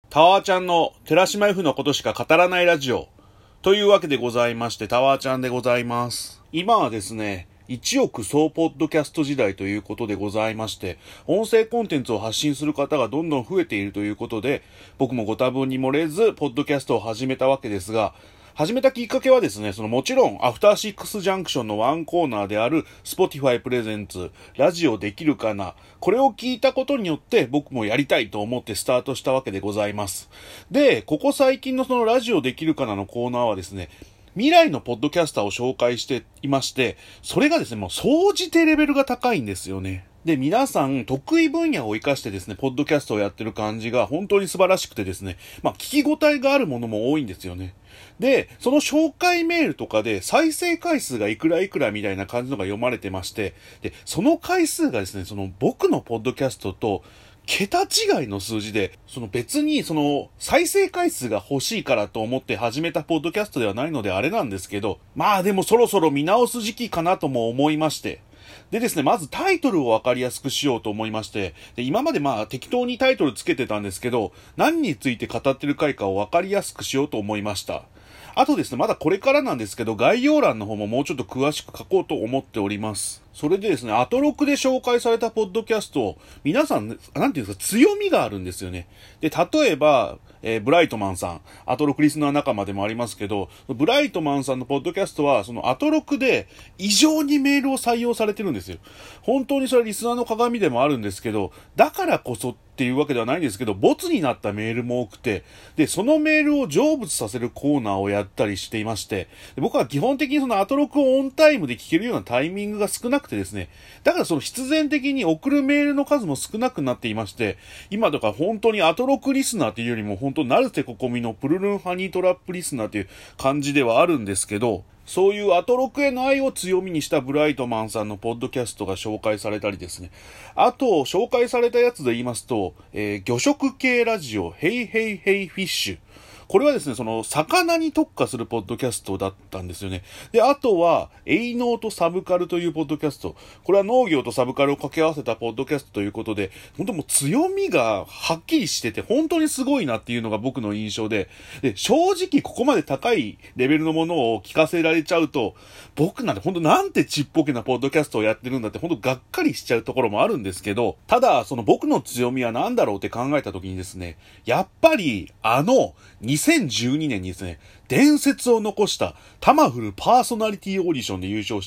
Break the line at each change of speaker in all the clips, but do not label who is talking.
タワーちゃんの寺島 F のことしか語らないラジオというわけでございまして、タワーちゃんでございます。今はですね、1億総ポッドキャスト時代ということでございまして、音声コンテンツを発信する方がどんどん増えているということで、僕もご多分に漏れず、ポッドキャストを始めたわけですが、始めたきっかけはですね、もちろん、アフターシックスジャンクションのワンコーナーである、Spotify プレゼンツ、ラジオできるかな。これを聞いたことによって、僕もやりたいと思ってスタートしたわけでございます。で、ここ最近のラジオできるかなのコーナーはですね、未来のポッドキャスターを紹介していまして、それがですね、もう総じてレベルが高いんですよね。で、皆さん得意分野を活かしてですね、ポッドキャストをやってる感じが本当に素晴らしくてですね、聞き応えがあるものも多いんですよね。で、その紹介メールとかで再生回数がいくらいくらみたいな感じのが読まれてまして、で、その回数がですね、僕のポッドキャストと桁違いの数字で、別に再生回数が欲しいからと思って始めたポッドキャストではないのであれなんですけど、でもそろそろ見直す時期かなとも思いまして、でですね、まずタイトルをわかりやすくしようと思いまして、で今まで適当にタイトルつけてたんですけど、何について語ってる回かをわかりやすくしようと思いました。あとですね、まだこれからなんですけど、概要欄の方ももうちょっと詳しく書こうと思っております。それでですね、アトロクで紹介されたポッドキャスト、皆さん、なんていうんですか、強みがあるんですよね。で、例えば、ブライトマンさん、アトロクリスナー仲間でもありますけど、ブライトマンさんのポッドキャストは、アトロクで異常にメールを採用されてるんですよ。本当にそれはリスナーの鏡でもあるんですけど、だからこそっていうわけではないんですけど、ボツになったメールも多くて、で、そのメールを成仏させるコーナーをやったりしていまして、僕は基本的にアトロクをオンタイムで聞けるようなタイミングが少なくてですね、だから必然的に送るメールの数も少なくなっていまして、今とか本当にアトロクリスナーっていうよりも本当成瀬ここみのプルルンハニートラップリスナーっていう感じではあるんですけど、そういうアトロクへの愛を強みにしたブライトマンさんのポッドキャストが紹介されたりですね。あと、紹介されたやつで言いますと、魚食系ラジオ、ヘイヘイヘイフィッシュ。これはですね、魚に特化するポッドキャストだったんですよね。で、あとは、エイノーとサブカルというポッドキャスト。これは農業とサブカルを掛け合わせたポッドキャストということで、本当もう強みがはっきりしてて、本当にすごいなっていうのが僕の印象で、で、正直ここまで高いレベルのものを聞かせられちゃうと、僕なんて本当なんてちっぽけなポッドキャストをやってるんだって本当がっかりしちゃうところもあるんですけど、ただ、僕の強みは何だろうって考えた時にですね、やっぱり、2012年にですね、伝説を残したタマフルパーソナリティオーディションで優勝した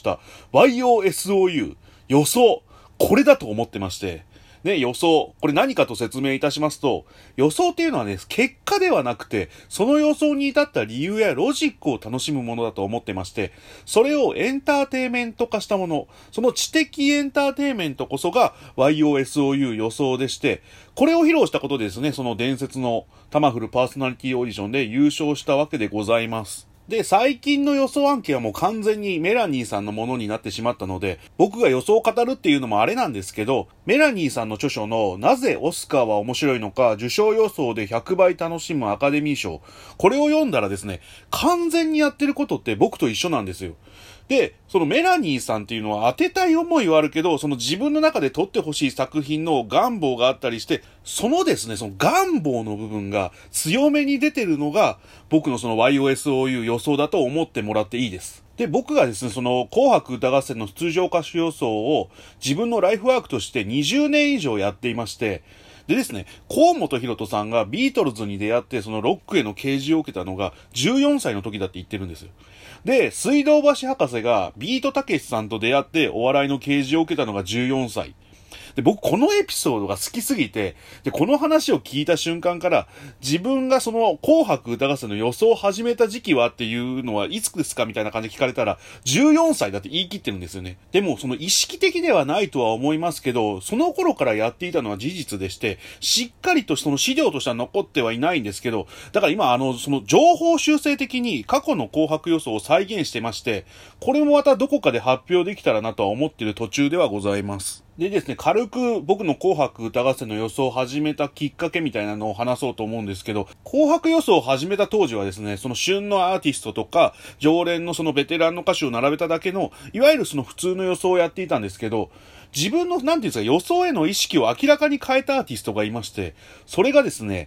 YOSOU 予想、これだと思ってまして、ね、予想。これ何かと説明いたしますと、予想っていうのはね、結果ではなくて、その予想に至った理由やロジックを楽しむものだと思ってまして、それをエンターテイメント化したもの、その知的エンターテイメントこそが YOSOU 予想でして、これを披露したことでですね、その伝説のタマフルパーソナリティオーディションで優勝したわけでございます。で、最近の予想案件はもう完全にメラニーさんのものになってしまったので、僕が予想を語るっていうのもあれなんですけど、メラニーさんの著書のなぜオスカーは面白いのか、受賞予想で100倍楽しむアカデミー賞。これを読んだらですね、完全にやってることって僕と一緒なんですよ。で、そのメラニーさんっていうのは当てたい思いはあるけど、自分の中で撮ってほしい作品の願望があったりして、ですね、願望の部分が強めに出てるのが、僕のYOSOU 予想だと思ってもらっていいです。で、僕がですね、紅白歌合戦の出場歌手予想を自分のライフワークとして20年以上やっていまして、でですね、河本大翔さんがビートルズに出会ってロックへの啓示を受けたのが14歳の時だって言ってるんですよ。で、水道橋博士がビートたけしさんと出会ってお笑いの啓示を受けたのが14歳。で、僕このエピソードが好きすぎて、で、この話を聞いた瞬間から、自分が紅白歌合戦の予想を始めた時期はっていうのはいつですかみたいな感じで聞かれたら、14歳だって言い切ってるんですよね。でも、意識的ではないとは思いますけど、その頃からやっていたのは事実でして、しっかりと資料としては残ってはいないんですけど、だから今、情報修正的に過去の紅白予想を再現してまして、これもまたどこかで発表できたらなとは思っている途中ではございます。でですね、軽く僕の紅白歌合戦の予想を始めたきっかけみたいなのを話そうと思うんですけど、紅白予想を始めた当時はですね、旬のアーティストとか、常連のベテランの歌手を並べただけの、いわゆる普通の予想をやっていたんですけど、自分の、なんていうんですか、予想への意識を明らかに変えたアーティストがいまして、それがですね、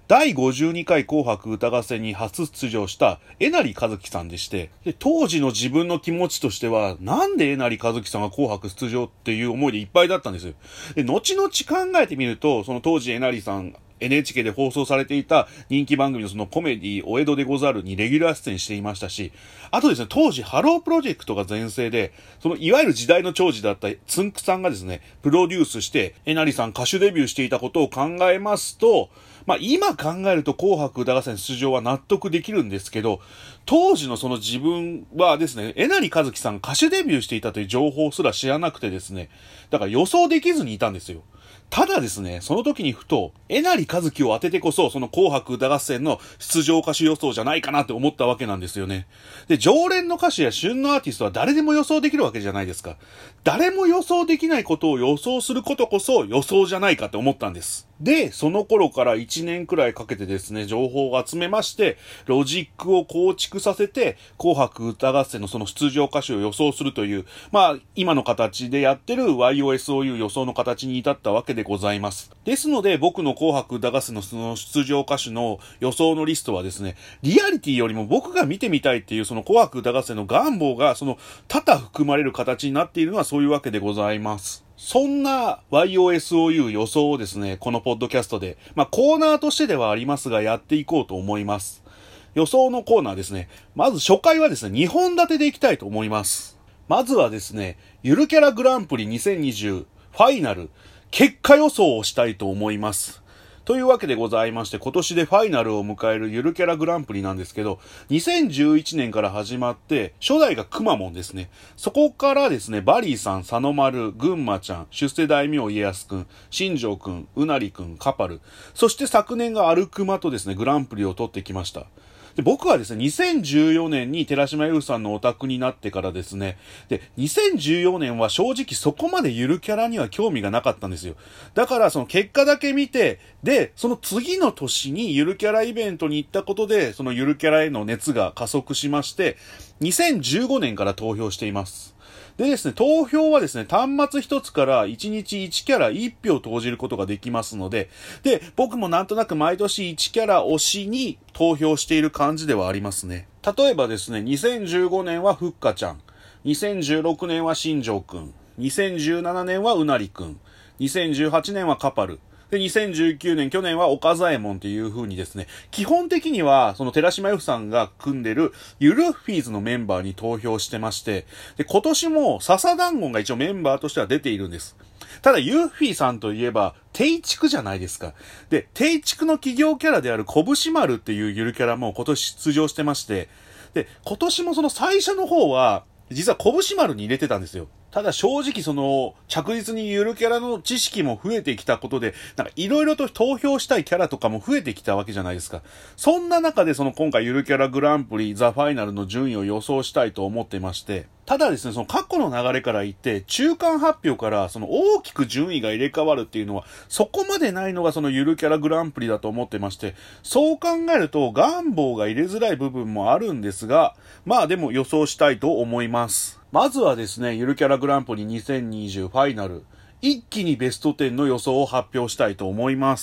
第52回紅白歌合戦に初出場したえなりかずきさんでして、当時の自分の気持ちとしては、なんでえなりかずきさんが紅白出場っていう思いでいっぱいだったんですよ。で、後々考えてみると、その当時えなりさん、NHK で放送されていた人気番組のそのコメディお江戸でござるにレギュラー出演していましたし、あとですね、当時ハロープロジェクトが全盛で、そのいわゆる時代の寵児だったつんくさんがですね、プロデュースしてえなりさん歌手デビューしていたことを考えますと、今考えると紅白歌合戦出場は納得できるんですけど、当時のその自分はですね、えなりかずきさん歌手デビューしていたという情報すら知らなくてですね、だから予想できずにいたんですよ。ただですね、その時にふと、えなりかずきを当ててこそ、その紅白歌合戦の出場歌手予想じゃないかなって思ったわけなんですよね。で、常連の歌手や旬のアーティストは誰でも予想できるわけじゃないですか。誰も予想できないことを予想することこそ予想じゃないかって思ったんです。で、その頃から1年くらいかけてですね、情報を集めまして、ロジックを構築させて、紅白歌合戦のその出場歌手を予想するという、今の形でやってる YOSOU 予想の形に至ったわけでございます。ですので、僕の紅白歌合戦のその出場歌手の予想のリストはですね、リアリティよりも僕が見てみたいっていうその紅白歌合戦の願望がその多々含まれる形になっているのはそういうわけでございます。そんな YOSOU 予想をですね、このポッドキャストで、コーナーとしてではありますがやっていこうと思います。予想のコーナーですね。まず初回はですね、2本立てでいきたいと思います。まずはですね、ゆるキャラグランプリ2020ファイナル結果予想をしたいと思います。というわけでございまして、今年でファイナルを迎えるゆるキャラグランプリなんですけど、2011年から始まって、初代がくまモンですね。そこからですね、バリーさん、佐野丸、ぐんまちゃん、出世大名家康くん、新庄くん、うなりくん、カパル、そして昨年がアルクマとですね、グランプリを取ってきました。で、僕はですね、2014年に寺島優さんのオタクになってからですね、で、2014年は正直そこまでゆるキャラには興味がなかったんですよ。だからその結果だけ見て、で、その次の年にゆるキャライベントに行ったことで、そのゆるキャラへの熱が加速しまして、2015年から投票しています。でですね、投票はですね、端末一つから1日1キャラ1票投じることができますので、で、僕もなんとなく毎年1キャラ推しに投票している感じではありますね。例えばですね、2015年はふっかちゃん、2016年は新庄くん、2017年はうなりくん、2018年はカパル、で、2019年、去年は岡左衛門っていう風にですね、基本的には、その寺島 F さんが組んでるゆるフィーズのメンバーに投票してまして、で、今年も笹団子が一応メンバーとしては出ているんです。ただ、ユーフィーさんといえば、定畜じゃないですか。で、定畜の企業キャラである拳丸っていうゆるキャラも今年出場してまして、で、今年もその最初の方は、実は拳丸に入れてたんですよ。ただ正直その着実にゆるキャラの知識も増えてきたことで、なんかいろいろと投票したいキャラとかも増えてきたわけじゃないですか。そんな中でその今回ゆるキャラグランプリザファイナルの順位を予想したいと思ってまして、ただですね、その過去の流れから言って中間発表からその大きく順位が入れ替わるっていうのはそこまでないのがそのゆるキャラグランプリだと思ってまして、そう考えると願望が入れづらい部分もあるんですが、でも予想したいと思います。まずはですね、ゆるキャラグランプリ2020ファイナル、一気にベスト10の予想を発表したいと思います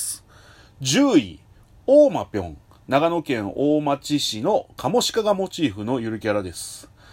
。10位、大間ぴょん、長野県大町市のカモシカがモチーフのゆるキャラです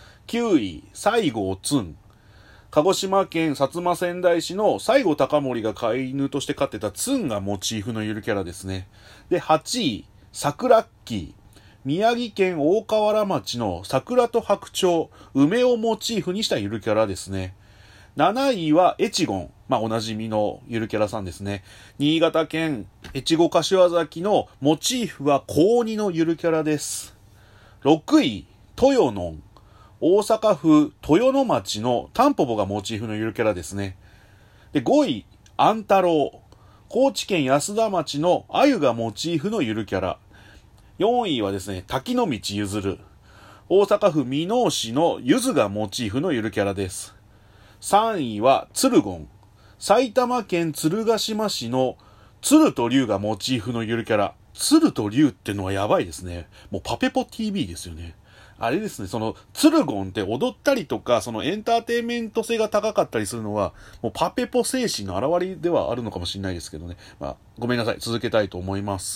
。9位、西郷つん、鹿児島県薩摩川内市の西郷隆盛が飼い犬として飼ってたつんがモチーフのゆるキャラですね。で、8位、桜ッキー、宮城県大河原町の桜と白鳥、梅をモチーフにしたゆるキャラですね。7位は越後、おなじみのゆるキャラさんですね。新潟県越後柏崎のモチーフは高2のゆるキャラです。6位、豊野、大阪府豊野町のタンポポがモチーフのゆるキャラですね。で、5位、安太郎、高知県安田町の鮎がモチーフのゆるキャラ。4位はですね、滝の道ゆずる。大阪府箕面市のゆずがモチーフのゆるキャラです。3位は鶴言。埼玉県鶴ヶ島市の鶴と龍がモチーフのゆるキャラ。鶴と龍ってのはやばいですね。もうパペポ TV ですよね。あれですね、その鶴言って踊ったりとか、そのエンターテインメント性が高かったりするのは、もうパペポ精神の表れではあるのかもしれないですけどね。ごめんなさい。続けたいと思います。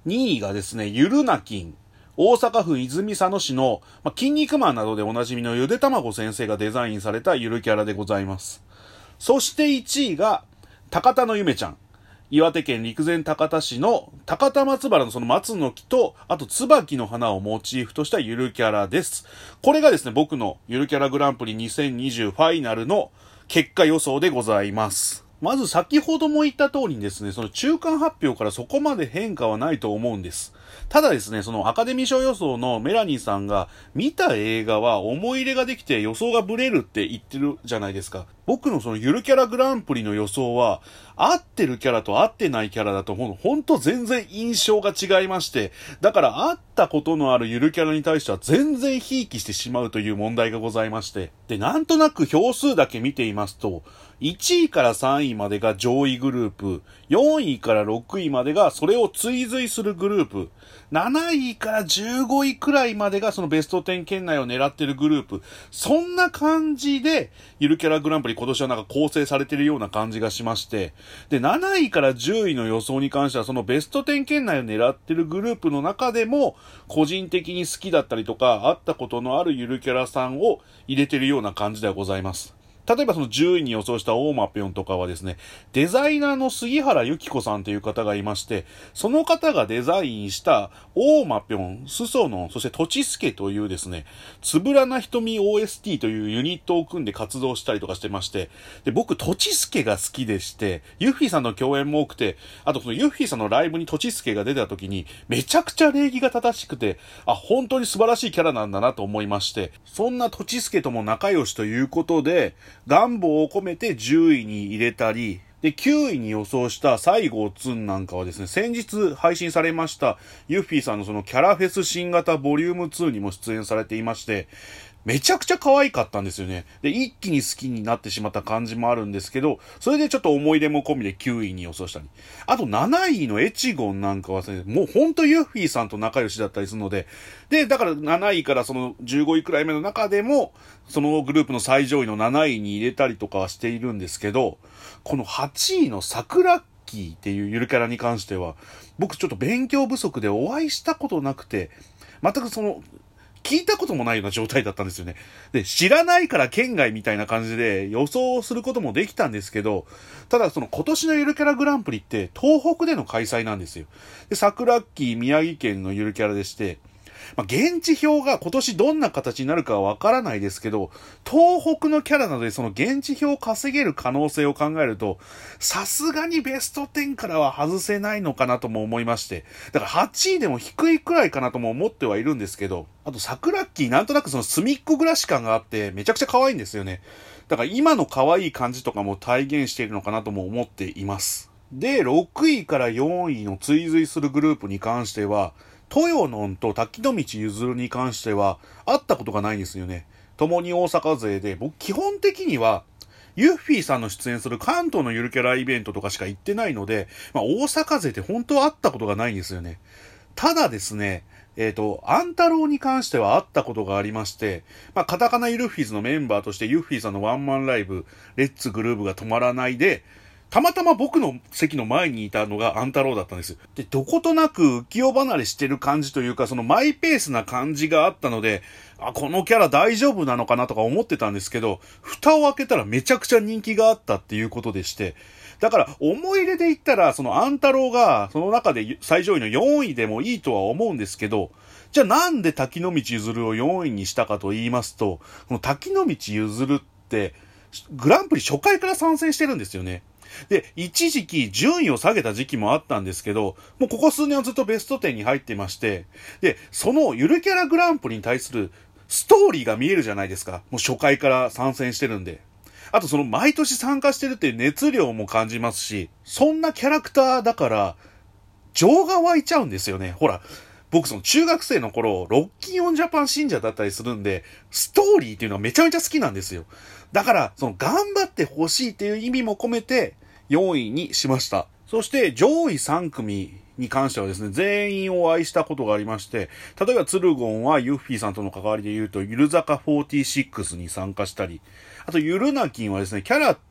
2位がですね、ゆるなきん。大阪府泉佐野市の、筋肉マンなどでおなじみのゆでたまご先生がデザインされたゆるキャラでございます。そして1位が、高田のゆめちゃん。岩手県陸前高田市の高田松原のその松の木と、あと椿の花をモチーフとしたゆるキャラです。これがですね、僕のゆるキャラグランプリ2020ファイナルの結果予想でございます。まず先ほども言った通りにですね、その中間発表からそこまで変化はないと思うんです。ただですね、そのアカデミー賞予想のメラニーさんが見た映画は思い入れができて予想がブレるって言ってるじゃないですか。僕のそのゆるキャラグランプリの予想は合ってるキャラと合ってないキャラだとほんと全然印象が違いまして、だから合ったことのあるゆるキャラに対しては全然ひいきしてしまうという問題がございまして、で、なんとなく票数だけ見ていますと、1位から3位までが上位グループ、4位から6位までがそれを追随するグループ、7位から15位くらいまでがそのベスト10圏内を狙っているグループ、そんな感じでゆるキャラグランプリ今年はなんか構成されているような感じがしまして、で、7位から10位の予想に関してはそのベスト10圏内を狙っているグループの中でも個人的に好きだったりとか会ったことのあるゆるキャラさんを入れているような感じではございます。例えばその10位に予想した大間ぴょんとかはですね、デザイナーの杉原由紀子さんという方がいまして、その方がデザインした大間ぴょん、裾野、そしてとちすけというですね、つぶらな瞳 OST というユニットを組んで活動したりとかしてまして、で、僕、とちすけが好きでして、ユッフィーさんの共演も多くて、あとそのユッフィーさんのライブにとちすけが出た時に、めちゃくちゃ礼儀が正しくて、本当に素晴らしいキャラなんだなと思いまして、そんなとちすけとも仲良しということで、願望を込めて10位に入れたり、で、9位に予想した西郷ツンなんかはですね、先日配信されましたユッフィーさんのそのキャラフェス新型ボリューム2にも出演されていまして、めちゃくちゃ可愛かったんですよね。で、一気に好きになってしまった感じもあるんですけど、それでちょっと思い出も込みで9位に予想したり。あと7位のエチゴンなんかはですね、もうほんとユッフィーさんと仲良しだったりするので、で、だから7位からその15位くらい目の中でも、そのグループの最上位の7位に入れたりとかはしているんですけど、この8位のサクラッキーっていうゆるキャラに関しては、僕ちょっと勉強不足でお会いしたことなくて、全くその、聞いたこともないような状態だったんですよね。で、知らないから県外みたいな感じで予想することもできたんですけど、ただその今年のゆるキャラグランプリって東北での開催なんですよ。で、サクラッキー宮城県のゆるキャラでして、現地票が今年どんな形になるかはわからないですけど、東北のキャラなのでその現地票を稼げる可能性を考えると、さすがにベスト10からは外せないのかなとも思いまして、だから8位でも低いくらいかなとも思ってはいるんですけど、あとサクラッキーなんとなくその隅っこ暮らし感があってめちゃくちゃ可愛いんですよね。だから今の可愛い感じとかも体現しているのかなとも思っています。で、6位から4位の追随するグループに関しては、豊野と滝の道ゆずるに関しては会ったことがないんですよね。共に大阪勢で、僕基本的にはユッフィーさんの出演する関東のゆるキャライベントとかしか行ってないので、大阪勢って本当は会ったことがないんですよね。ただですね、アン太郎に関しては会ったことがありまして、カタカナユルフィーズのメンバーとしてユッフィーさんのワンマンライブ、レッツグルーブが止まらないで、たまたま僕の席の前にいたのがアンタロウだったんです。で、どことなく浮世離れしてる感じというか、そのマイペースな感じがあったので、このキャラ大丈夫なのかなとか思ってたんですけど、蓋を開けたらめちゃくちゃ人気があったっていうことでして、だから思い入れで言ったら、そのアンタロウがその中で最上位の4位でもいいとは思うんですけど、じゃあなんで滝の道ゆずるを4位にしたかと言いますと、この滝の道ゆずるってグランプリ初回から参戦してるんですよね。で、一時期順位を下げた時期もあったんですけど、もうここ数年はずっとベスト10に入ってまして、で、そのゆるキャラグランプリに対するストーリーが見えるじゃないですか。もう初回から参戦してるんで。あとその毎年参加してるっていう熱量も感じますし、そんなキャラクターだから、情が湧いちゃうんですよね。ほら、僕その中学生の頃、ロッキンオンジャパン信者だったりするんで、ストーリーっていうのはめちゃめちゃ好きなんですよ。だから、その頑張ってほしいっていう意味も込めて、4位にしました。そして上位3組に関してはですね、全員お会いしたことがありまして、例えばツルゴンはユッフィーさんとの関わりで言うと、ゆる坂46に参加したり、あとゆるなきんはですね、キャラと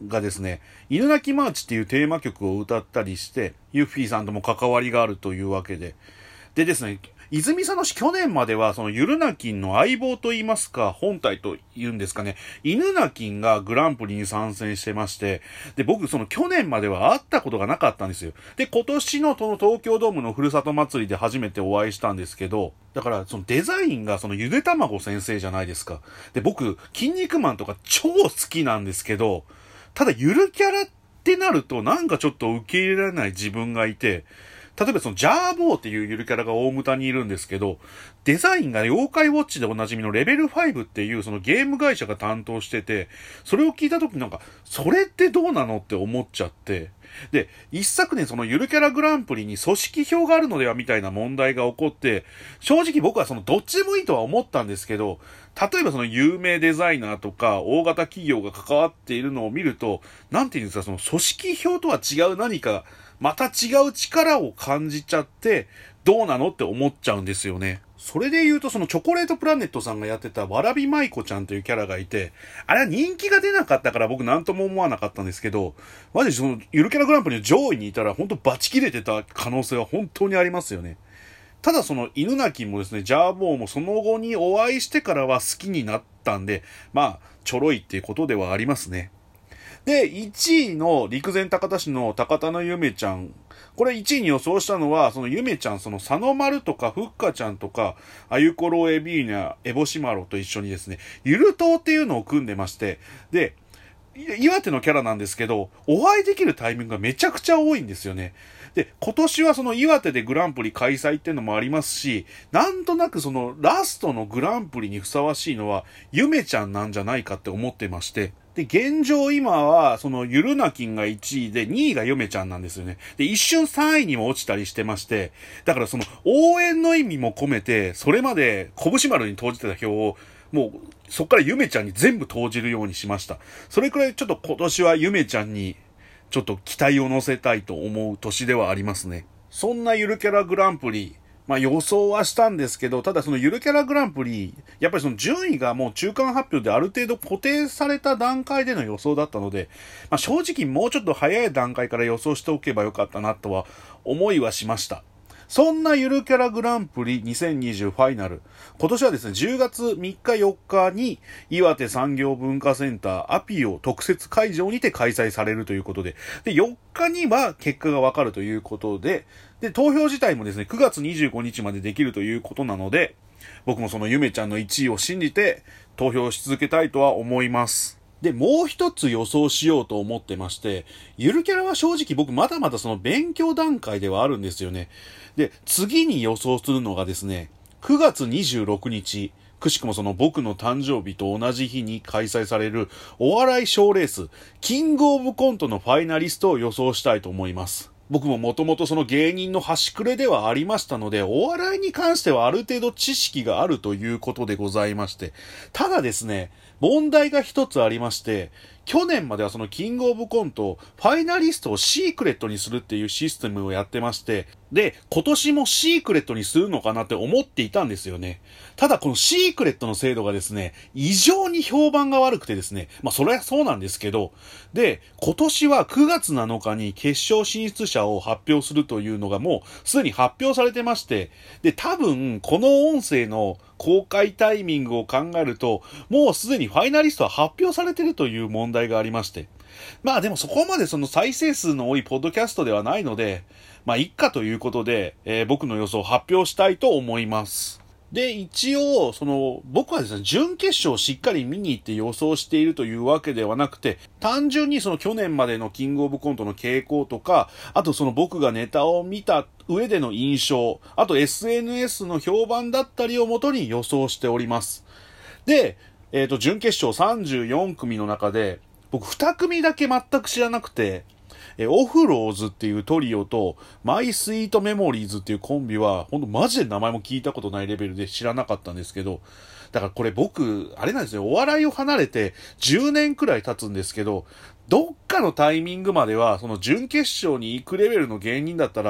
がですね、犬鳴マーチっていうテーマ曲を歌ったりして、ユッフィーさんとも関わりがあるというわけで。でですね、泉佐野市去年まではそのゆるなきんの相棒と言いますか、本体と言うんですかね、犬なきんがグランプリに参戦してまして、で、僕その去年までは会ったことがなかったんですよ。で、今年のその東京ドームのふるさと祭りで初めてお会いしたんですけど、だからそのデザインがそのゆでたまご先生じゃないですか。で、僕、筋肉マンとか超好きなんですけど、ただゆるキャラってなるとなんかちょっと受け入れられない自分がいて、例えばそのジャーボーっていうゆるキャラが大牟田にいるんですけど、デザインが妖怪ウォッチでおなじみのレベル5っていうそのゲーム会社が担当してて、それを聞いた時なんか、それってどうなのって思っちゃって、で、一昨年そのゆるキャラグランプリに組織票があるのではみたいな問題が起こって、正直僕はそのどっちでもいいとは思ったんですけど、例えばその有名デザイナーとか大型企業が関わっているのを見ると、なんていうんですか、その組織票とは違う何か、また違う力を感じちゃって、どうなのって思っちゃうんですよね。それで言うとそのチョコレートプラネットさんがやってたわらびまいこちゃんというキャラがいて、あれは人気が出なかったから僕なんとも思わなかったんですけど、マジそのゆるキャラグランプリの上位にいたら本当バチ切れてた可能性は本当にありますよね。ただその犬鳴きもですね、ジャーボーもその後にお会いしてからは好きになったんで、まあちょろいっていうことではありますね。で、1位の陸前高田市の高田のゆめちゃん。これ1位に予想したのは、そのゆめちゃん、その佐野丸とかふっかちゃんとか、あゆころエビーナ、エボシマロと一緒にですね、ゆるとうっていうのを組んでまして、で、岩手のキャラなんですけど、お会いできるタイミングがめちゃくちゃ多いんですよね。で、今年はその岩手でグランプリ開催っていうのもありますし、なんとなくそのラストのグランプリにふさわしいのは、ゆめちゃんなんじゃないかって思ってまして、で、現状今は、そのゆるなきんが1位で、2位がゆめちゃんなんですよね。で、一瞬3位にも落ちたりしてまして、だからその応援の意味も込めて、それまで拳丸に投じてた票を、もう、そっからゆめちゃんに全部投じるようにしました。それくらいちょっと今年はゆめちゃんに、ちょっと期待を乗せたいと思う年ではありますね。そんなゆるキャラグランプリ、まあ予想はしたんですけど、ただそのゆるキャラグランプリ、やっぱりその順位がもう中間発表である程度固定された段階での予想だったので、まあ正直もうちょっと早い段階から予想しておけばよかったなとは思いはしました。そんなゆるキャラグランプリ2020ファイナル。今年はですね、10月3日4日に岩手産業文化センターアピオ特設会場にて開催されるということで、で、4日には結果がわかるということで、で、投票自体もですね、9月25日までできるということなので、僕もそのゆめちゃんの1位を信じて投票し続けたいとは思います。で、もう一つ予想しようと思ってまして、ゆるキャラは正直僕まだまだその勉強段階ではあるんですよね。で、次に予想するのがですね、9月26日、くしくもその僕の誕生日と同じ日に開催されるお笑い賞レース、キングオブコントのファイナリストを予想したいと思います。僕ももともとその芸人の端くれではありましたので、お笑いに関してはある程度知識があるということでございまして、ただですね、問題が一つありまして、去年まではそのキングオブコント、ファイナリストをシークレットにするっていうシステムをやってまして、で、今年もシークレットにするのかなって思っていたんですよね。ただこのシークレットの制度がですね、異常に評判が悪くてですね、まあそれはそうなんですけど、で、今年は9月7日に決勝進出者を発表するというのがもうすでに発表されてまして、で、多分この音声の公開タイミングを考えると、もうすでにファイナリストは発表されているという問題がありまして。まあでもそこまでその再生数の多いポッドキャストではないので、まあいっかということで、僕の予想を発表したいと思います。で、一応、僕はですね、準決勝をしっかり見に行って予想しているというわけではなくて、単純にその去年までのキングオブコントの傾向とか、あとその僕がネタを見た上での印象、あと SNS の評判だったりをもとに予想しております。で、準決勝34組の中で、僕2組だけ全く知らなくて、オフローズっていうトリオとマイスイートメモリーズっていうコンビはほんとマジで名前も聞いたことないレベルで知らなかったんですけど、だからこれ僕あれなんですよ、お笑いを離れて10年くらい経つんですけど、どっかのタイミングまではその準決勝に行くレベルの芸人だったら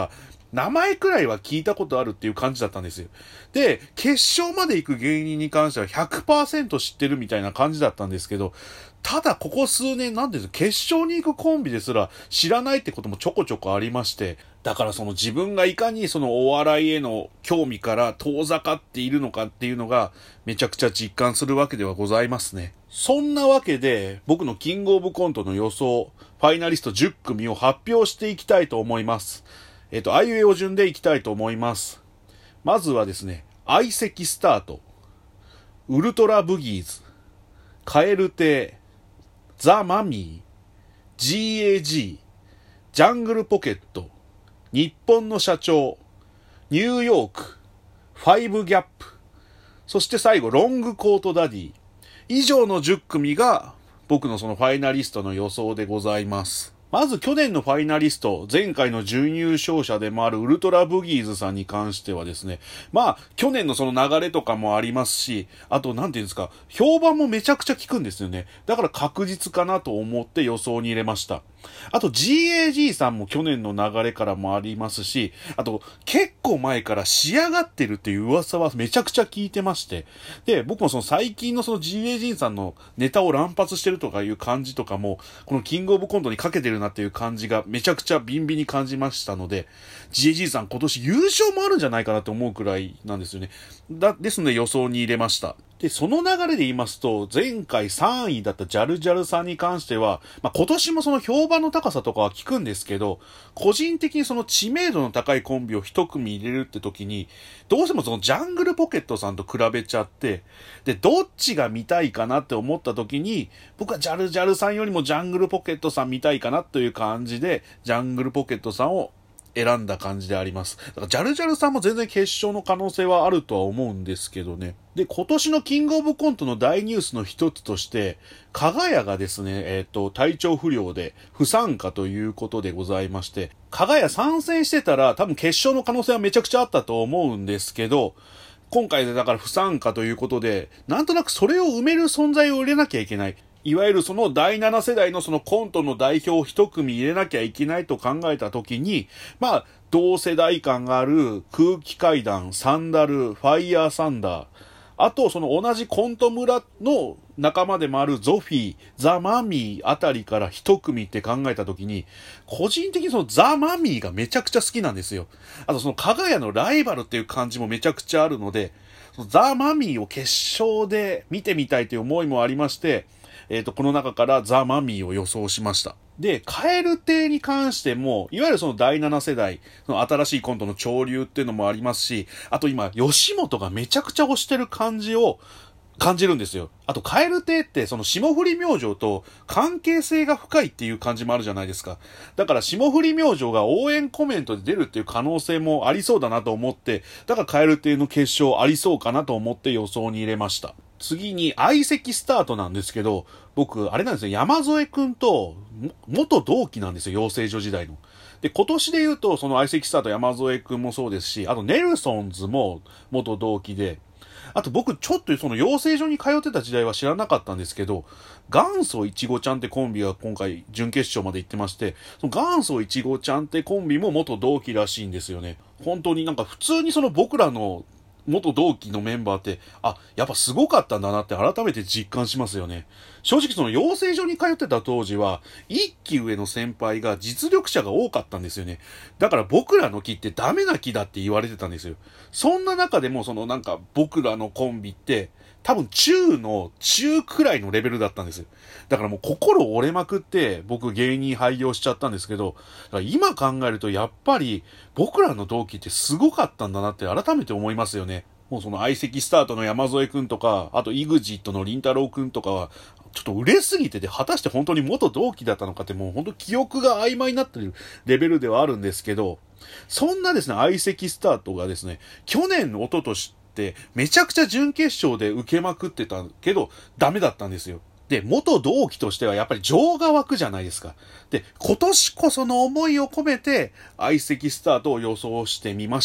名前くらいは聞いたことあるっていう感じだったんですよ。で、決勝まで行く芸人に関しては 100% 知ってるみたいな感じだったんですけど、ただここ数年なんです決勝に行くコンビですら知らないってこともちょこちょこありまして、だからその自分がいかにそのお笑いへの興味から遠ざかっているのかっていうのがめちゃくちゃ実感するわけではございますね。そんなわけで僕のキングオブコントの予想、ファイナリスト10組を発表していきたいと思います。あいうえお順でいきたいと思います。まずはですね、相席スタート、ウルトラブギーズ、カエル亭、ザ・マミー、GAG、ジャングルポケット、日本の社長、ニューヨーク、ファイブギャップ、そして最後ロングコートダディ。以上の10組が僕のそのファイナリストの予想でございます。まず去年のファイナリスト、前回の準優勝者でもあるウルトラブギーズさんに関してはですね、まあ去年のその流れとかもありますし、あとなんていうんですか、評判もめちゃくちゃ効くんですよね。だから確実かなと思って予想に入れました。あと GAG さんも去年の流れからもありますし、あと結構前から仕上がってるっていう噂はめちゃくちゃ聞いてまして、で、僕もその最近のその GAG さんのネタを乱発してるとかいう感じとかも、このキングオブコントにかけてるなっていう感じがめちゃくちゃビンビンに感じましたので、GAG さん今年優勝もあるんじゃないかなと思うくらいなんですよね。ですので予想に入れました。で、その流れで言いますと、前回3位だったジャルジャルさんに関しては、今年もその評判の高さとかは聞くんですけど、個人的にその知名度の高いコンビを一組入れるって時に、どうしてもそのジャングルポケットさんと比べちゃって、で、どっちが見たいかなって思った時に、僕はジャルジャルさんよりもジャングルポケットさん見たいかなという感じで、ジャングルポケットさんを選んだ感じであります。だからジャルジャルさんも全然決勝の可能性はあるとは思うんですけどね。で、今年のキングオブコントの大ニュースの一つとして、かがやがですね、体調不良で不参加ということでございまして、かがや参戦してたら多分決勝の可能性はめちゃくちゃあったと思うんですけど、今回でだから不参加ということで、なんとなくそれを埋める存在を入れなきゃいけない。いわゆるその第7世代のそのコントの代表を一組入れなきゃいけないと考えたときに、まあ、同世代感がある空気階段、サンダル、ファイヤーサンダー、あとその同じコント村の仲間でもあるゾフィー、ザ・マミーあたりから一組って考えたときに、個人的にそのザ・マミーがめちゃくちゃ好きなんですよ。あとそのかがやのライバルっていう感じもめちゃくちゃあるので、ザ・マミーを決勝で見てみたいという思いもありまして、この中からザ・マミーを予想しました。で、カエル亭に関しても、いわゆるその第7世代、その新しいコントの潮流っていうのもありますし、あと今、吉本がめちゃくちゃ推してる感じを感じるんですよ。あと、カエル亭ってその霜降り明星と関係性が深いっていう感じもあるじゃないですか。だから霜降り明星が応援コメントで出るっていう可能性もありそうだなと思って、だからカエル亭の決勝ありそうかなと思って予想に入れました。次に相席スタートなんですけど、僕、あれなんですよ、山添くんと、元同期なんですよ、養成所時代の。で、今年で言うと、その相席スタート山添くんもそうですし、あとネルソンズも元同期で、あと僕ちょっとその養成所に通ってた時代は知らなかったんですけど、元祖いちごちゃんってコンビが今回準決勝まで行ってまして、その元祖いちごちゃんってコンビも元同期らしいんですよね。本当になんか普通にその僕らの元同期のメンバーって、やっぱすごかったんだなって改めて実感しますよね。正直その養成所に通ってた当時は、一期上の先輩が実力者が多かったんですよね。だから僕らの期ってダメな期だって言われてたんですよ。そんな中でもそのなんか僕らのコンビって、多分中くらいのレベルだったんですよ。だからもう心折れまくって僕芸人廃業しちゃったんですけど、だから今考えるとやっぱり僕らの同期ってすごかったんだなって改めて思いますよね。もうその相席スタートの山添くんとか、あと EXIT のりんたろうくんとかは、ちょっと売れすぎてて、果たして本当に元同期だったのかってもう本当記憶が曖昧になってるレベルではあるんですけど、そんなですね、相席スタートがですね、去年の一昨年ってめちゃくちゃ準決勝で受けまくってたけど、ダメだったんですよ。で、元同期としてはやっぱり情が湧くじゃないですか。で、今年こその思いを込めて、相席スタートを予想してみました。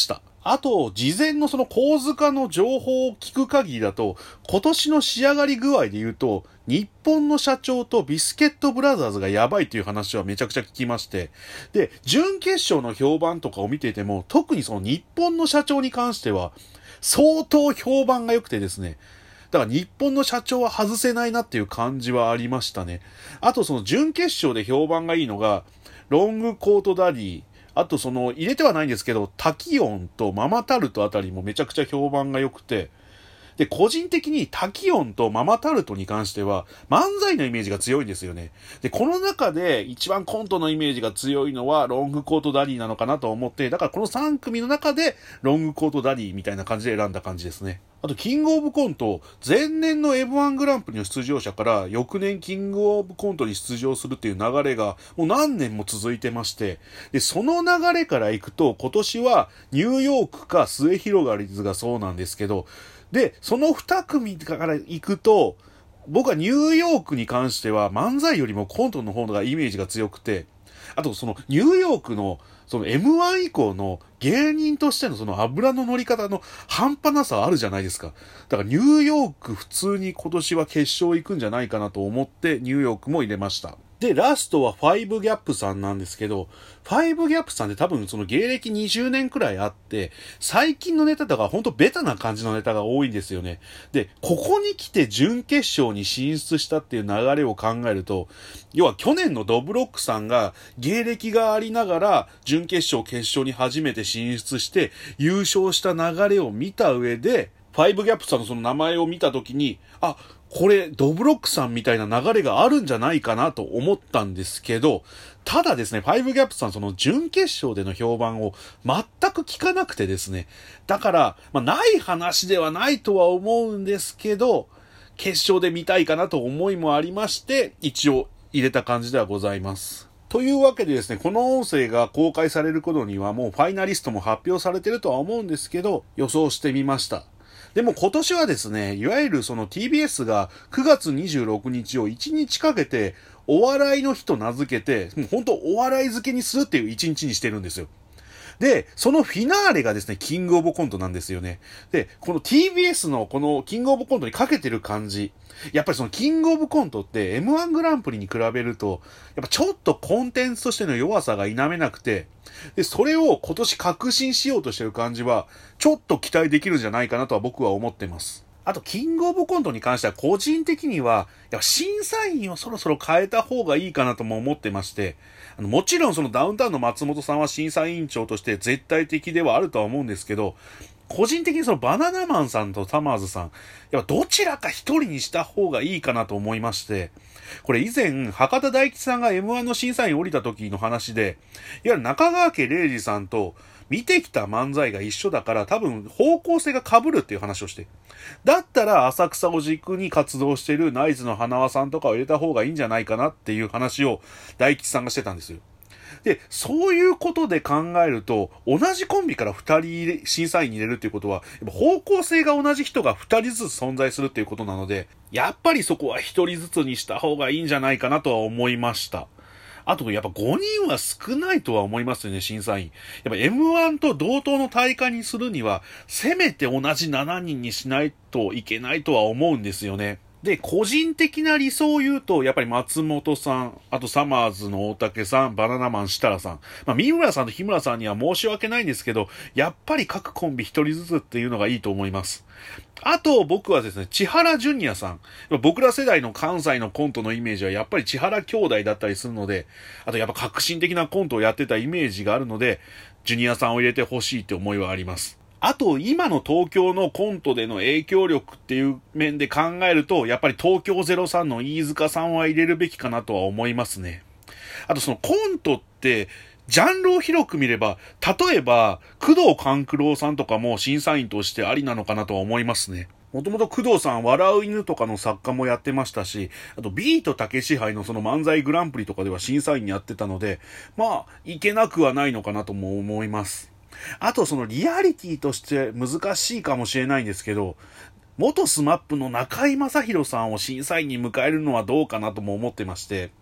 あと、事前のその構図化の情報を聞く限りだと、今年の仕上がり具合で言うと、日本の社長とビスケットブラザーズがやばいという話はめちゃくちゃ聞きまして、で、準決勝の評判とかを見ていても、特にその日本の社長に関しては、相当評判が良くてですね、だから日本の社長は外せないなっていう感じはありましたね。あとその準決勝で評判がいいのが、ロングコートダディ、あとその入れてはないんですけど、タキオンとママタルトあたりもめちゃくちゃ評判が良くて、で、個人的にタキオンとママタルトに関しては漫才のイメージが強いんですよね。で、この中で一番コントのイメージが強いのはロングコートダディなのかなと思って、だからこの3組の中でロングコートダディみたいな感じで選んだ感じですね。あと、キングオブコント、前年の M1 グランプリの出場者から翌年キングオブコントに出場するっていう流れがもう何年も続いてまして、で、その流れからいくと今年はニューヨークか末広がりずがそうなんですけど、で、その2組から行くと、僕はニューヨークに関しては漫才よりもコントの方がイメージが強くて、あとそのニューヨークのその M1 以降の芸人としてのその油の乗り方の半端なさあるじゃないですか。だからニューヨーク普通に今年は決勝行くんじゃないかなと思ってニューヨークも入れました。で、ラストはファイブギャップさんなんですけど、ファイブギャップさんって多分その芸歴20年くらいあって、最近のネタとかほんとベタな感じのネタが多いんですよね。で、ここに来て準決勝に進出したっていう流れを考えると、要は去年のドブロックさんが芸歴がありながら準決勝決勝に初めて進出して優勝した流れを見た上で、ファイブギャップさんのその名前を見たときに、あ、これドブロックさんみたいな流れがあるんじゃないかなと思ったんですけど、ただですね、ファイブギャップさんその準決勝での評判を全く聞かなくてですね、だから、ない話ではないとは思うんですけど、決勝で見たいかなと思いもありまして、一応入れた感じではございます。というわけでですね、この音声が公開される頃にはもうファイナリストも発表されてるとは思うんですけど、予想してみました。でも今年はですね、いわゆるその TBS が9月26日を1日かけてお笑いの日と名付けて、もう本当お笑い付けにするっていう1日にしてるんですよ。で、そのフィナーレがですね、キングオブコントなんですよね。で、この TBS のこのキングオブコントにかけてる感じ。やっぱりそのキングオブコントって M1 グランプリに比べると、やっぱちょっとコンテンツとしての弱さが否めなくて、で、それを今年革新しようとしてる感じは、ちょっと期待できるんじゃないかなとは僕は思ってます。あと、キングオブコントに関しては個人的には、やっぱ審査員をそろそろ変えた方がいいかなとも思ってまして、もちろんそのダウンタウンの松本さんは審査委員長として絶対的ではあるとは思うんですけど、個人的にそのバナナマンさんとタマーズさん、やっぱどちらか一人にした方がいいかなと思いまして、これ以前、博多大吉さんが M1 の審査員降りた時の話で、いわゆる中川家礼二さんと見てきた漫才が一緒だから多分方向性が被るっていう話をして。だったら浅草を軸に活動しているナイツの花輪さんとかを入れた方がいいんじゃないかなっていう話を大吉さんがしてたんですよ。で、そういうことで考えると、同じコンビから2人審査員に入れるっていうことは、やっぱ方向性が同じ人が2人ずつ存在するっていうことなので、やっぱりそこは1人ずつにした方がいいんじゃないかなとは思いました。あと、やっぱ5人は少ないとは思いますよね、審査員。やっぱ M1 と同等の大会にするには、せめて同じ7人にしないといけないとは思うんですよね。で、個人的な理想を言うと、やっぱり松本さん、あとサマーズの大竹さん、バナナマン設楽さん。三村さんと日村さんには申し訳ないんですけど、やっぱり各コンビ一人ずつっていうのがいいと思います。あと僕はですね、千原ジュニアさん。僕ら世代の関西のコントのイメージはやっぱり千原兄弟だったりするので、あとやっぱ革新的なコントをやってたイメージがあるので、ジュニアさんを入れてほしいって思いはあります。あと、今の東京のコントでの影響力っていう面で考えると、やっぱり東京03の飯塚さんは入れるべきかなとは思いますね。あとそのコントって、ジャンルを広く見れば、例えば、工藤官九郎さんとかも審査員としてありなのかなとは思いますね。もともと工藤さん、笑う犬とかの作家もやってましたし、あとビートたけし杯のその漫才グランプリとかでは審査員やってたので、いけなくはないのかなとも思います。あとそのリアリティとして難しいかもしれないんですけど、元スマップの中居正広さんを審査員に迎えるのはどうかなとも思ってまして、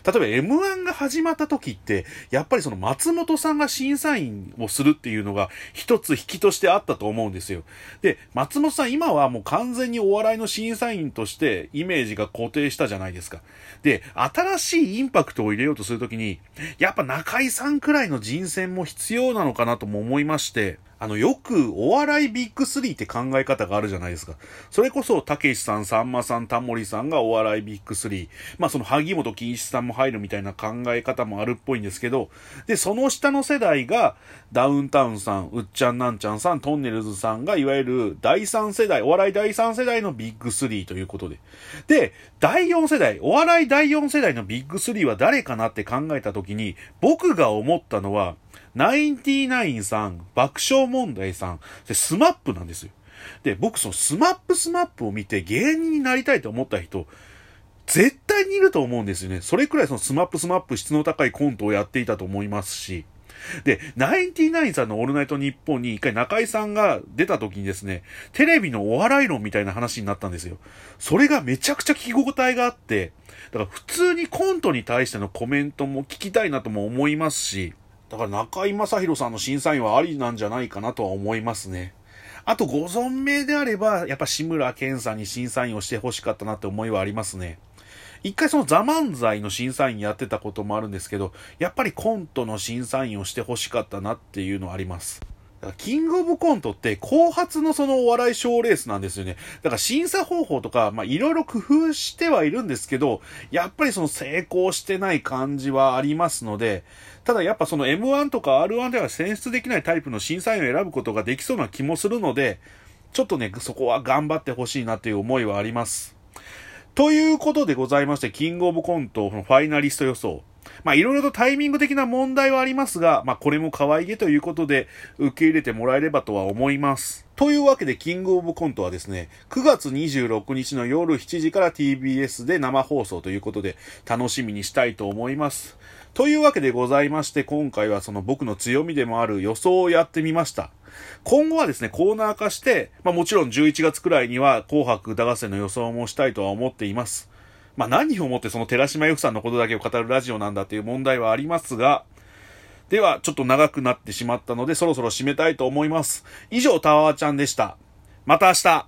例えば M1 が始まった時って、やっぱりその松本さんが審査員をするっていうのが一つ引きとしてあったと思うんですよ。で、松本さん今はもう完全にお笑いの審査員としてイメージが固定したじゃないですか。で、新しいインパクトを入れようとするときに、やっぱ中井さんくらいの人選も必要なのかなとも思いまして、よくお笑いビッグ3って考え方があるじゃないですか。それこそ、たけしさん、さんまさん、タモリさんがお笑いビッグ3。まあその萩本欽一さんも入るみたいな考え方もあるっぽいんですけど、で、その下の世代が、ダウンタウンさん、うっちゃんなんちゃんさん、トンネルズさんが、いわゆる第3世代、お笑い第3世代のビッグ3ということで。で、第4世代、お笑い第4世代のビッグ3は誰かなって考えたときに、僕が思ったのは、ナインティナインさん、爆笑問題さん、スマップなんですよ。で、僕そのスマップを見て芸人になりたいと思った人、絶対にいると思うんですよね。それくらいそのスマップ質の高いコントをやっていたと思いますし。で、ナインティナインさんのオールナイトニッポンに一回中井さんが出た時にですね、テレビのお笑い論みたいな話になったんですよ。それがめちゃくちゃ聞き応えがあって、だから普通にコントに対してのコメントも聞きたいなとも思いますし、だから中井正広さんの審査員はありなんじゃないかなとは思いますね。あとご存命であれば、やっぱ志村けんさんに審査員をしてほしかったなって思いはありますね。一回そのザ・漫才の審査員やってたこともあるんですけど、やっぱりコントの審査員をしてほしかったなっていうのはあります。キングオブコントって後発のそのお笑い賞レースなんですよね。だから審査方法とか、まあいろいろ工夫してはいるんですけど、やっぱりその成功してない感じはありますので、ただやっぱその M1 とか R1 では選出できないタイプの審査員を選ぶことができそうな気もするので、ちょっとね、そこは頑張ってほしいなという思いはあります。ということでございまして、キングオブコントのファイナリスト予想。まあいろいろとタイミング的な問題はありますが、まあこれも可愛げということで受け入れてもらえればとは思います。というわけでキングオブコントはですね、9月26日の夜7時から TBS で生放送ということで楽しみにしたいと思います。というわけでございまして、今回はその僕の強みでもある予想をやってみました。今後はですね、コーナー化して、まあもちろん11月くらいには紅白歌合戦の予想もしたいとは思っています。まあ何をもってその寺島由布さんのことだけを語るラジオなんだっていう問題はありますが、ではちょっと長くなってしまったのでそろそろ締めたいと思います。以上タワーちゃんでした。また明日。